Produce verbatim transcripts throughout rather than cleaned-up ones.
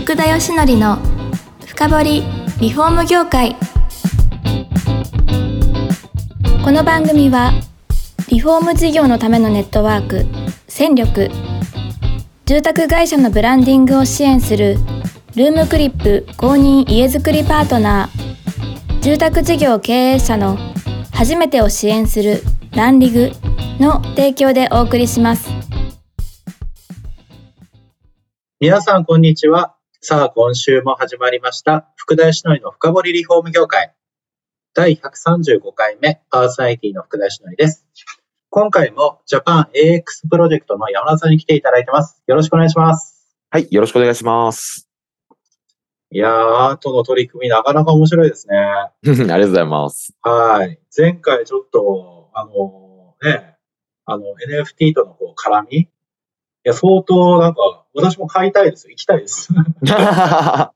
福田義則の深掘りリフォーム業界。この番組はリフォーム事業のためのネットワーク戦力、住宅会社のブランディングを支援するルームクリップ公認家づくりパートナー、住宅事業経営者の初めてを支援するランリグの提供でお送りします。 皆さんこんにちは。さあ今週も始まりました福田義則の深掘りリフォーム業界だいひゃくさんじゅうごかいめ、パーソナリティの福田義則です。今回もジャパン エーエックス プロジェクトの山田さんに来ていただいてます。よろしくお願いします。 はい、よろしくお願いします。 いやー、アートの取り組みなかなか面白いですね。 ありがとうございます。 はい。前回ちょっと、あのね、あの エヌエフティー とのこう絡み、いや、相当なんか、私も買いたいですよ。行きたいです。 はい、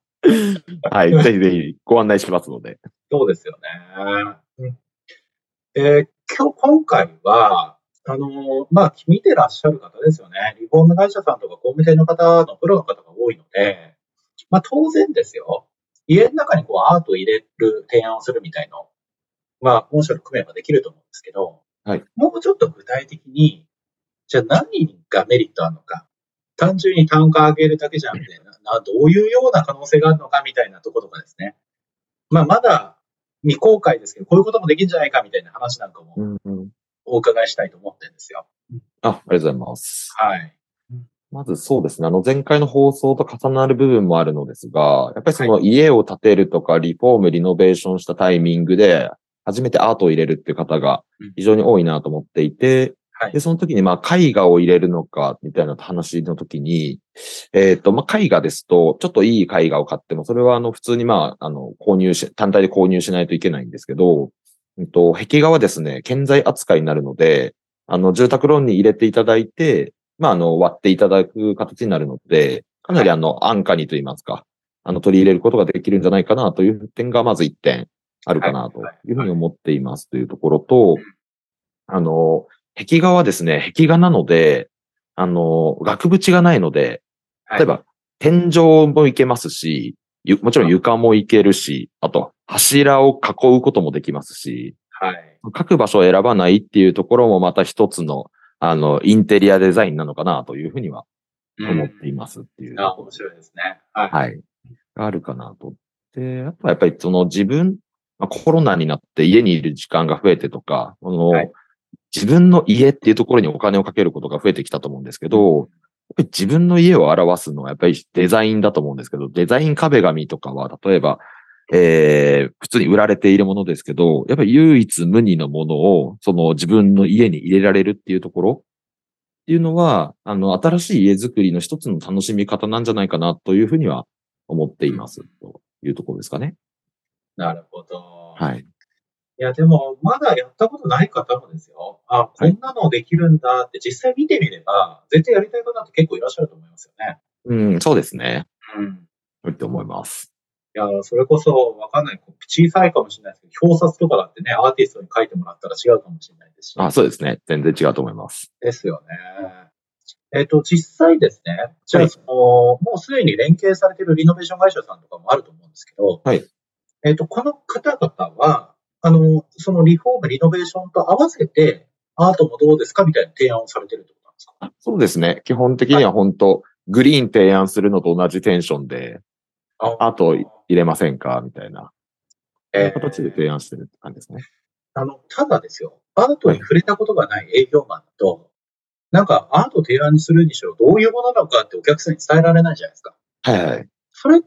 ぜひぜひご案内しますので。 そうですよね。うんえー、今日、今回は、あの、まあ、見てらっしゃる方ですよね。リフォーム会社さんとか工務店の方のプロの方が多いので、まあ、当然ですよ。家の中にこうアートを入れる、提案をするみたいの、まあ、もちろん組めばできると思うんですけど、 はい、 もうちょっと具体的に、じゃあ何がメリットあるのか。単純に単価上げるだけじゃなくて、などういうような可能性があるのかみたいなところとかですね。まあ、まだ未公開ですけど、こういうこともできるんじゃないかみたいな話なんかもお伺いしたいと思ってるんですよ。 うんうん、あ、ありがとうございます。 はい。 まずそうですね、あの前回の放送と重なる部分もあるのですが、やっぱりその家を建てるとかリフォーム、リノベーションしたタイミングで、初めてアートを入れるっていう方が非常に多いなと思っていて、はい、で、その時にまあ絵画を入れるのかみたいな話の時に、えっと、まあ絵画ですと、ちょっといい絵画を買っても、それはあの普通にまあ、あの購入し、単体で購入しないといけないんですけど、うんと、壁画はですね、建材扱いになるので、あの住宅ローンに入れていただいて、まあ、あの、割っていただく形になるので、かなりあの、安価にと言いますか、あの、取り入れることができるんじゃないかなという点がまず一点あるかなというふうに思っていますというところと、あの、壁画はですね、壁画なので、あの、額縁がないので、例えば、天井もいけますし、もちろん床もいけるし、あと、柱を囲うこともできますし、はい、各場所を選ばないっていうところもまた一つの、あの、インテリアデザインなのかなというふうには思っていますっていう。 うん、あ、面白いですね。 はい。はい。があるかなと。で、あとはやっぱりその自分、まあ、コロナになって家にいる時間が増えてとか、この、はい、自分の家っていうところにお金をかけることが増えてきたと思うんですけど、やっぱり自分の家を表すのはやっぱりデザインだと思うんですけど、デザイン壁紙とかは例えば、えー、普通に売られているものですけど、やっぱり唯一無二のものを、その自分の家に入れられるっていうところっていうのは、あの、新しい家づくりの一つの楽しみ方なんじゃないかなというふうには思っています、というところですかね。 なるほど。 はい。いや、でも、まだやったことない方もですよ。あ、こんなのできるんだって実際見てみれば、絶対やりたい方って結構いらっしゃると思いますよね。 うん、そうですね。 うん。 そうって思います。 いや、それこそわかんない。小さいかもしれないですけど、表札とかだってね、アーティストに書いてもらったら違うかもしれないですし。 あ、そうですね。全然違うと思います。 ですよね。えっと、実際ですね、じゃあ、その、はい、もうすでに連携されているリノベーション会社さんとかもあると思うんですけど、 はい。 えっと、この方々は、あの、そのリフォーム、リノベーションと合わせて、アートもどうですかみたいな提案をされてるってことなんですか？ あ、そうですね。基本的には本当、はい、グリーン提案するのと同じテンションで、アート入れませんかみたいな。そういう形で提案してるって感じですね。 あの、ただですよ、アートに触れたことがない営業マンと、はい、なんかアート提案にするにしろどういうものなのかってお客さんに伝えられないじゃないですか。 はいはい。 それって、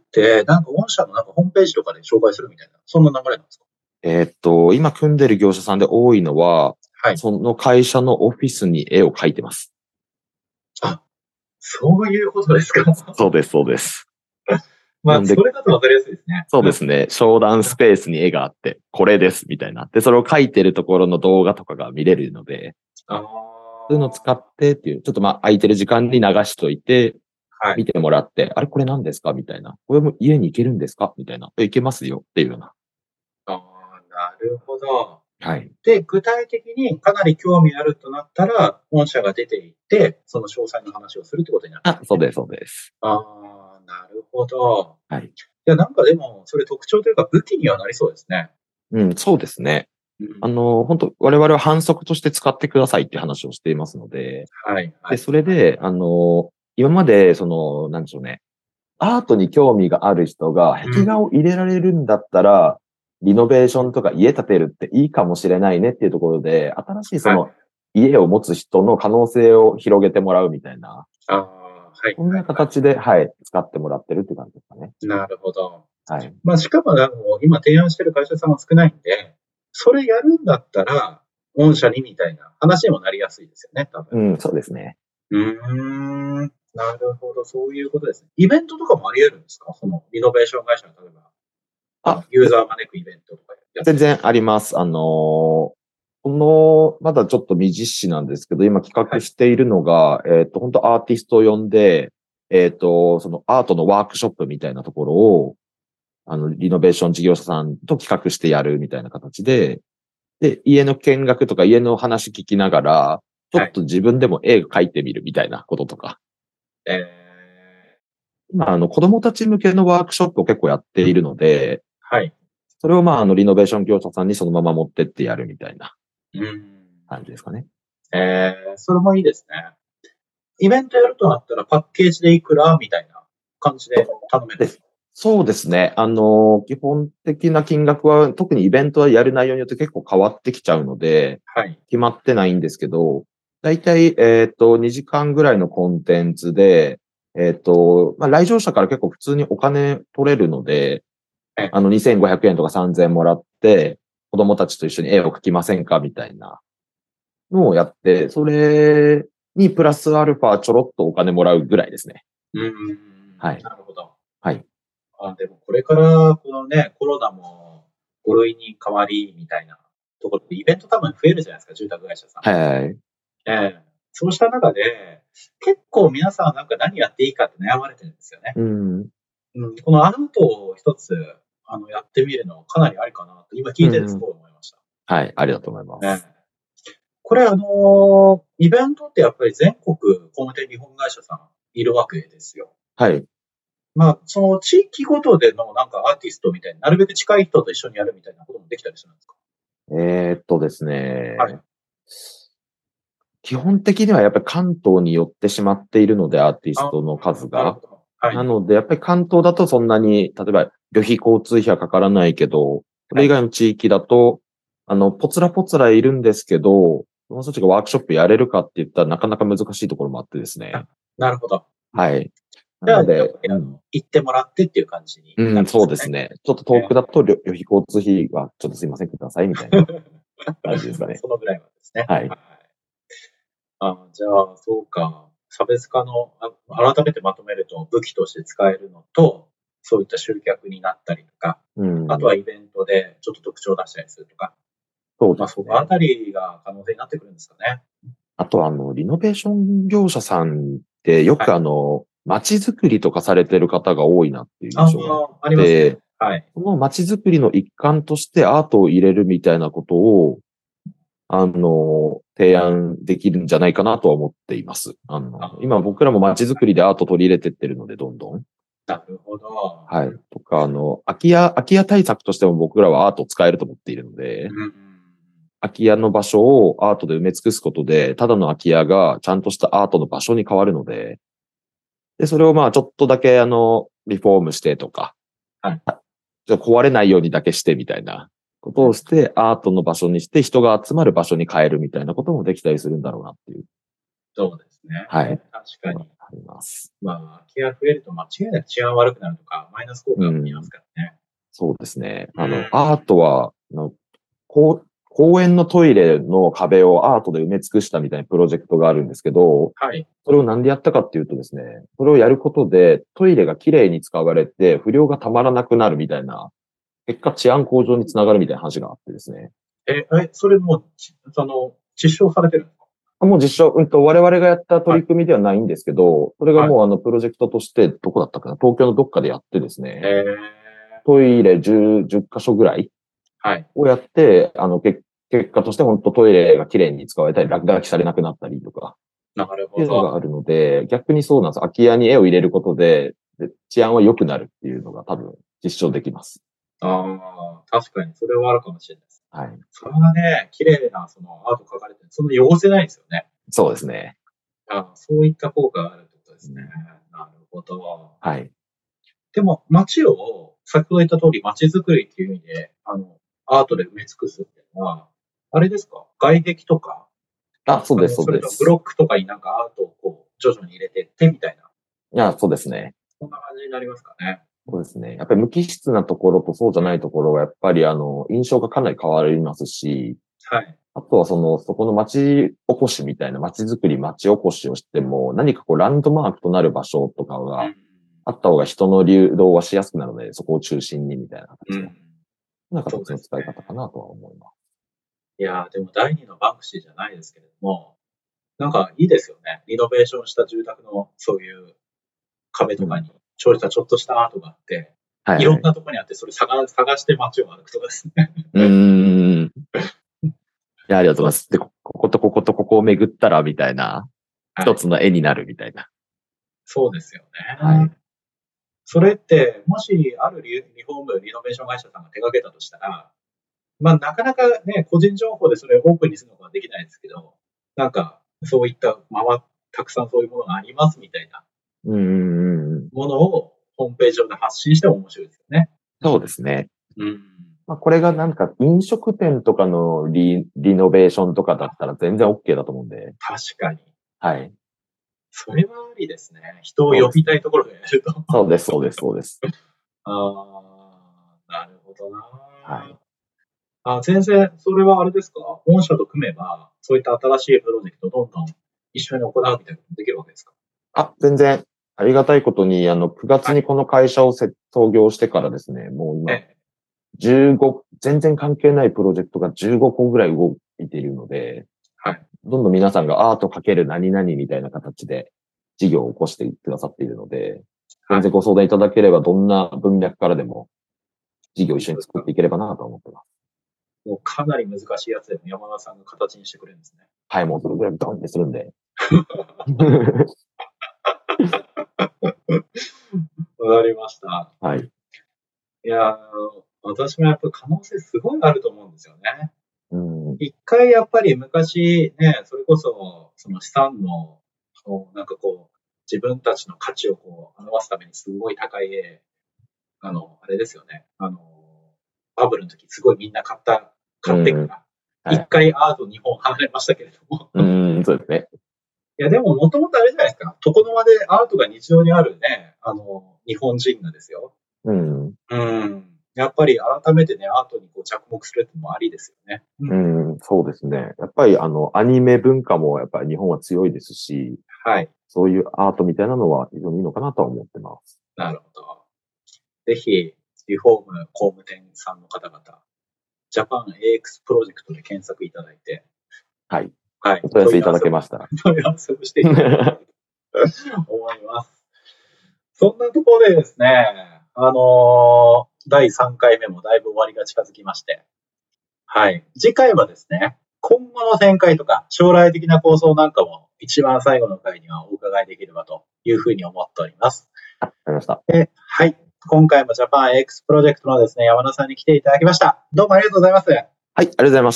なんか御社のなんかホームページとかで紹介するみたいな、そんな流れなんですか？ えー、っと、今組んでる業者さんで多いのは、はい、その会社のオフィスに絵を描いてます。 あ、そういうことですか？ そうです、そうです。 まあ、それだとわかりやすいですね。 そうですね。商談スペースに絵があって、これです、みたいな。で、それを描いてるところの動画とかが見れるので、 あそういうのを使ってっていう、ちょっとまあ空いてる時間に流しといて、はい、見てもらって、あれこれ何ですかみたいな。これも家に行けるんですかみたいな。行けますよっていうような。 ああ、なるほど。 はい。 で、具体的にかなり興味あるとなったら、本社が出ていって、その詳細の話をするってことになる、ね。 あ、そうです、そうです。 ああ、なるほど。 はい。 いや、なんかでも、それ特徴というか武器にはなりそうですね。 うん、そうですね。 うん、 あの、本当我々は反則として使ってくださいっていう話をしていますので、 はい、はで、 い。 それで、あの、今まで、その、なんでしょうね、アートに興味がある人が壁画を入れられるんだったら、リノベーションとか家建てるっていいかもしれないねっていうところで、新しいそはい。 の家を持つ人の可能性を広げてもらうみたいな、 ああ、はい、 そんなはい、は形で、はい、使ってもらってるっていう感じですかね。 い。なるほど。 はい。 まあ、しかも、あの、今提案してる会社さんは少ないんで、それやるんだったら、御社にみたいな話にもなりやすいですよね、多分。 うん、そうですね。 うーん。なるほど、そういうことですね。イベントとかもあり得るんですか？その、リノベーション会社が例えば、あの、 あ、 ユーザーを招くイベントとかやって全然あります。あのこの、まだちょっと未実施なんですけど、今企画しているのが、えっと、本当アーティストを呼んで、えっと、そのアートのワークショップみたいなところを、あの、リノベーション事業者さんと企画してやるみたいな形で、で、家の見学とか家の話聞きながら、ちょはい。 っと自分でも絵描いてみるみたいなこととか。 え今、あの、子供たち向けのワークショップを結構やっているので、 ー、はい。 それをまあ、あの、リノベーション業者さんにそのまま持ってってやるみたいなうん。 感じですかね。 えー、それもいいですね。イベントやるとなったらパッケージでいくらみたいな感じで頼める。 でそうですね。あの、基本的な金額は、特にイベントはやる内容によって結構変わってきちゃうので、 はい。 決まってないんですけど、だいたい、えっと、にじかんぐらいのコンテンツで、えっと、まあ、来場者から結構普通にお金取れるので、 えあの、にせんごひゃくえんとかさんぜんえんもらって、子供たちと一緒に絵を描きませんかみたいなのをやって、それにプラスアルファちょろっとお金もらうぐらいですね。 うん。 はい。 なるほど。 はい。 あ、でもこれからこのね、コロナもご類に変わりみたいなところでイベント多分増えるじゃないですか、住宅会社さん。 はい。 ええ、そうした中で、結構皆さんなんか何やっていいかって悩まれてるんですよね。 うん。 うん、このアートを一つ、あの、やってみるのはかなりありかなと、今聞いててすごい思いました。 はい。ありがとうございまええ、 す。 これあの、イベントってやっぱり全国工務店日本会社さんいるわけですよ。 はい。 まあ、その地域ごとでのなんかアーティストみたいになるべく近い人と一緒にやるみたいなこともできたりするんですか？ えーっとですね。 はい。 基本的にはやっぱり関東に寄ってしまっているので、アーティスあトの数が。 なるほど。はい。 なので、やっぱり関東だとそんなに、例えば旅費交通費はかからないけど、それ以外の地域だと、あの、ぽつらぽつらいるんですけど、その人たちがワークショップやれるかって言ったらなかなか難しいところもあってですね。 なるほど。 はい。 じゃあ、 なので、 やっぱりあの、行ってもらってっていう感じにうん、うん、 なるんですね。 そうですね。ちょっと遠くだと旅旅費交通費はちょっとすいませんくださいみたいな感じですかね。 そのぐらいはですね。 はい。 あ、じゃあ、そうか。差別化の、あ改めてまとめると武器として使えるのと、そういった集客になったりとか、 うん。 あとはイベントでちょっと特徴を出したりするとか、まあ、 そうですね。 そのあたりが可能性になってくるんですかね。 あと、あの、リノベーション業者さんってよくあの、街づくりとかされてる方が多いなっていうあ印象があっあ、ありますねて、。 はい。 その街づくりの一環としてアートを入れるみたいなことを、あの、提案できるんじゃないかなとは思っています。あの、今僕らも街づくりでアート取り入れてってるので、どんどん。 なるほど。 はい。とか、あの、空き家、空き家対策としても僕らはアートを使えると思っているので、 うん、 空き家の場所をアートで埋め尽くすことで、ただの空き家がちゃんとしたアートの場所に変わるので、で、それをまあちょっとだけあの、リフォームしてとか、 はい。 ちょっと壊れないようにだけしてみたいなことをして、アートの場所にして人が集まる場所に変えるみたいなこともできたりするんだろうなっていう。 そうですね。 はい。 確かに。 あります。 まあ、空き家増えると間違いなく治安悪くなるとか、マイナス効果が見えますからね。 そうですね。あの、 うんアートは、あのこう公園のトイレの壁をアートで埋め尽くしたみたいなプロジェクトがあるんですけど、 はい。 それをなんでやったかっていうとですね、それをやることでトイレがきれいに使われて不良がたまらなくなるみたいな、結果治安向上につながるみたいな話があってですね。 え、え、それも、ちその、実証されてるんですか？ もう実証、うんと、我々がやった取り組みではないんですけど、それがもうあのプロジェクトとして、どこだったかな、東京のどっかでやってですね、 えトイレじゅう、じゅっ箇所ぐらいー、はい。 をやって、あの、結結果として本当トイレがきれいに使われたり、落書きされなくなったりとか、 なるほっていうのがど。 あるので、逆にそうなんです。空き家に絵を入れることで、 で治安は良くなるっていうのが多分実証できます。 ああ、確かにそれはあるかもしれないです。 はい。 それがね、綺麗なそのアート描かれてる、そんな汚せないんですよね。 そうですね。 あそういった効果があるってことですね。なるほど。 はい。 でも、街を、先ほど言った通り、街づくりっていう意味で、あの、アートで埋め尽くすっていうのは、あれですか？外壁とか。 あ、そうです、そうです。 それとブロックとかになんかアートをこう、徐々に入れてってみたいな。 いや、そうですね。 そんな感じになりますかね。 そうですね。やっぱり無機質なところとそうじゃないところは、やっぱりあの、印象がかなり変わりますし、 はい。 あとはその、そこの街おこしみたいな、街づくり、街おこしをしても、何かこう、ランドマークとなる場所とかがあった方が人の流動はしやすくなるので、そこを中心にみたいな形の、なんか形の使い方かなとは思います。 いやー、でも第二のバンクシーじゃないですけれども、なんかいいですよね。リノベーションした住宅のそういう壁とかに、ちょっとしたアートがあって、はいはい、いろんなところにあって、それ探探して街を歩くとかですね。 うーん。いや、ありがとうございます。で、こことこことここを巡ったら、みたいな、一つの絵になるみたいな。はい、 そうですよね。 はい。 それって、もし、あるリフォーム、リノベーション会社さんが手掛けたとしたら、まあ、なかなかね、個人情報でそれをオープンにするのはできないですけど、なんか、そういった、まあ、たくさんそういうものがありますみたいな、ものをホームページ上で発信しても面白いですよね。 そうですね。 うん。 まあ、これがなんか飲食店とかのリ、リノベーションとかだったら全然 OK だと思うんで。 確かに。 はい。 それはありですね。人を呼びたいところでやると。 そうです、そうです、そうです。 ああ、なるほどな。 はい。 あ、先生、それはあれですか？御社と組めば、そういった新しいプロジェクトをどんどん一緒に行うみたいなことできるわけですか？ あ、全然。ありがたいことに、あの、くがつにこの会社を創業してからですね、もう今、じゅうご、全然関係ないプロジェクトがじゅうごこぐらい動いているので、 はい。 どんどん皆さんがアートかける何々みたいな形で事業を起こしてくださっているので、全然ご相談いただければどんな文脈からでも事業を一緒に作っていければなと思ってます。 もうかなり難しいやつでも山田さんが形にしてくれるんですね。 はい、もうそれぐらいドンってするんで。 わかりました。 はい。 いやー、私もやっぱり可能性すごいあると思うんですよね。 うん、 一回やっぱり昔ね、それこそその資産の、なんかこう、自分たちの価値をこう表すためにすごい高い絵、あの、あれですよね。あの、バブルの時すごいみんな買った、買ってから、一、うんはい、回アート日本離れましたけれども。 うん、そうですね。 いや、でももともとあれじゃないですか。床の間でアートが日常にあるね、あの、日本人がですよ。 うん。 うん。やっぱり改めてね、アートにこう着目するってのもありですよね。 うん、うん、そうですね。やっぱりあの、アニメ文化もやっぱり日本は強いですし、 はい。 そういうアートみたいなのは非常にいいのかなとは思ってます。 なるほど。ぜひ、リフォーム工務店さんの方々、ジャパン エーエックス プロジェクトで検索いただいて、 はい。 はい。 お問い合わせいただけましたら。 問い合わせをしていただきたいと思います。そんなところでですね、あのー、だいさんかいめもだいぶ終わりが近づきまして、はい。次回はですね、今後の展開とか将来的な構想なんかも一番最後の回にはお伺いできればというふうに思っております。 わかりました。 えはい。今回もジャパン エーエックス プロジェクトのですね、山田さんに来ていただきました。どうもありがとうございます。はい、 ありがとうございました。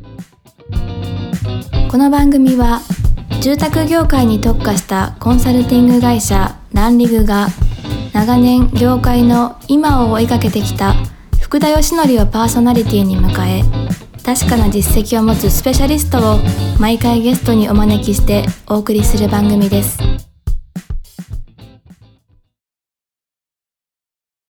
この番組は住宅業界に特化したコンサルティング会社ランリグが長年業界の今を追いかけてきた福田義則をパーソナリティに迎え、確かな実績を持つスペシャリストを毎回ゲストにお招きしてお送りする番組です。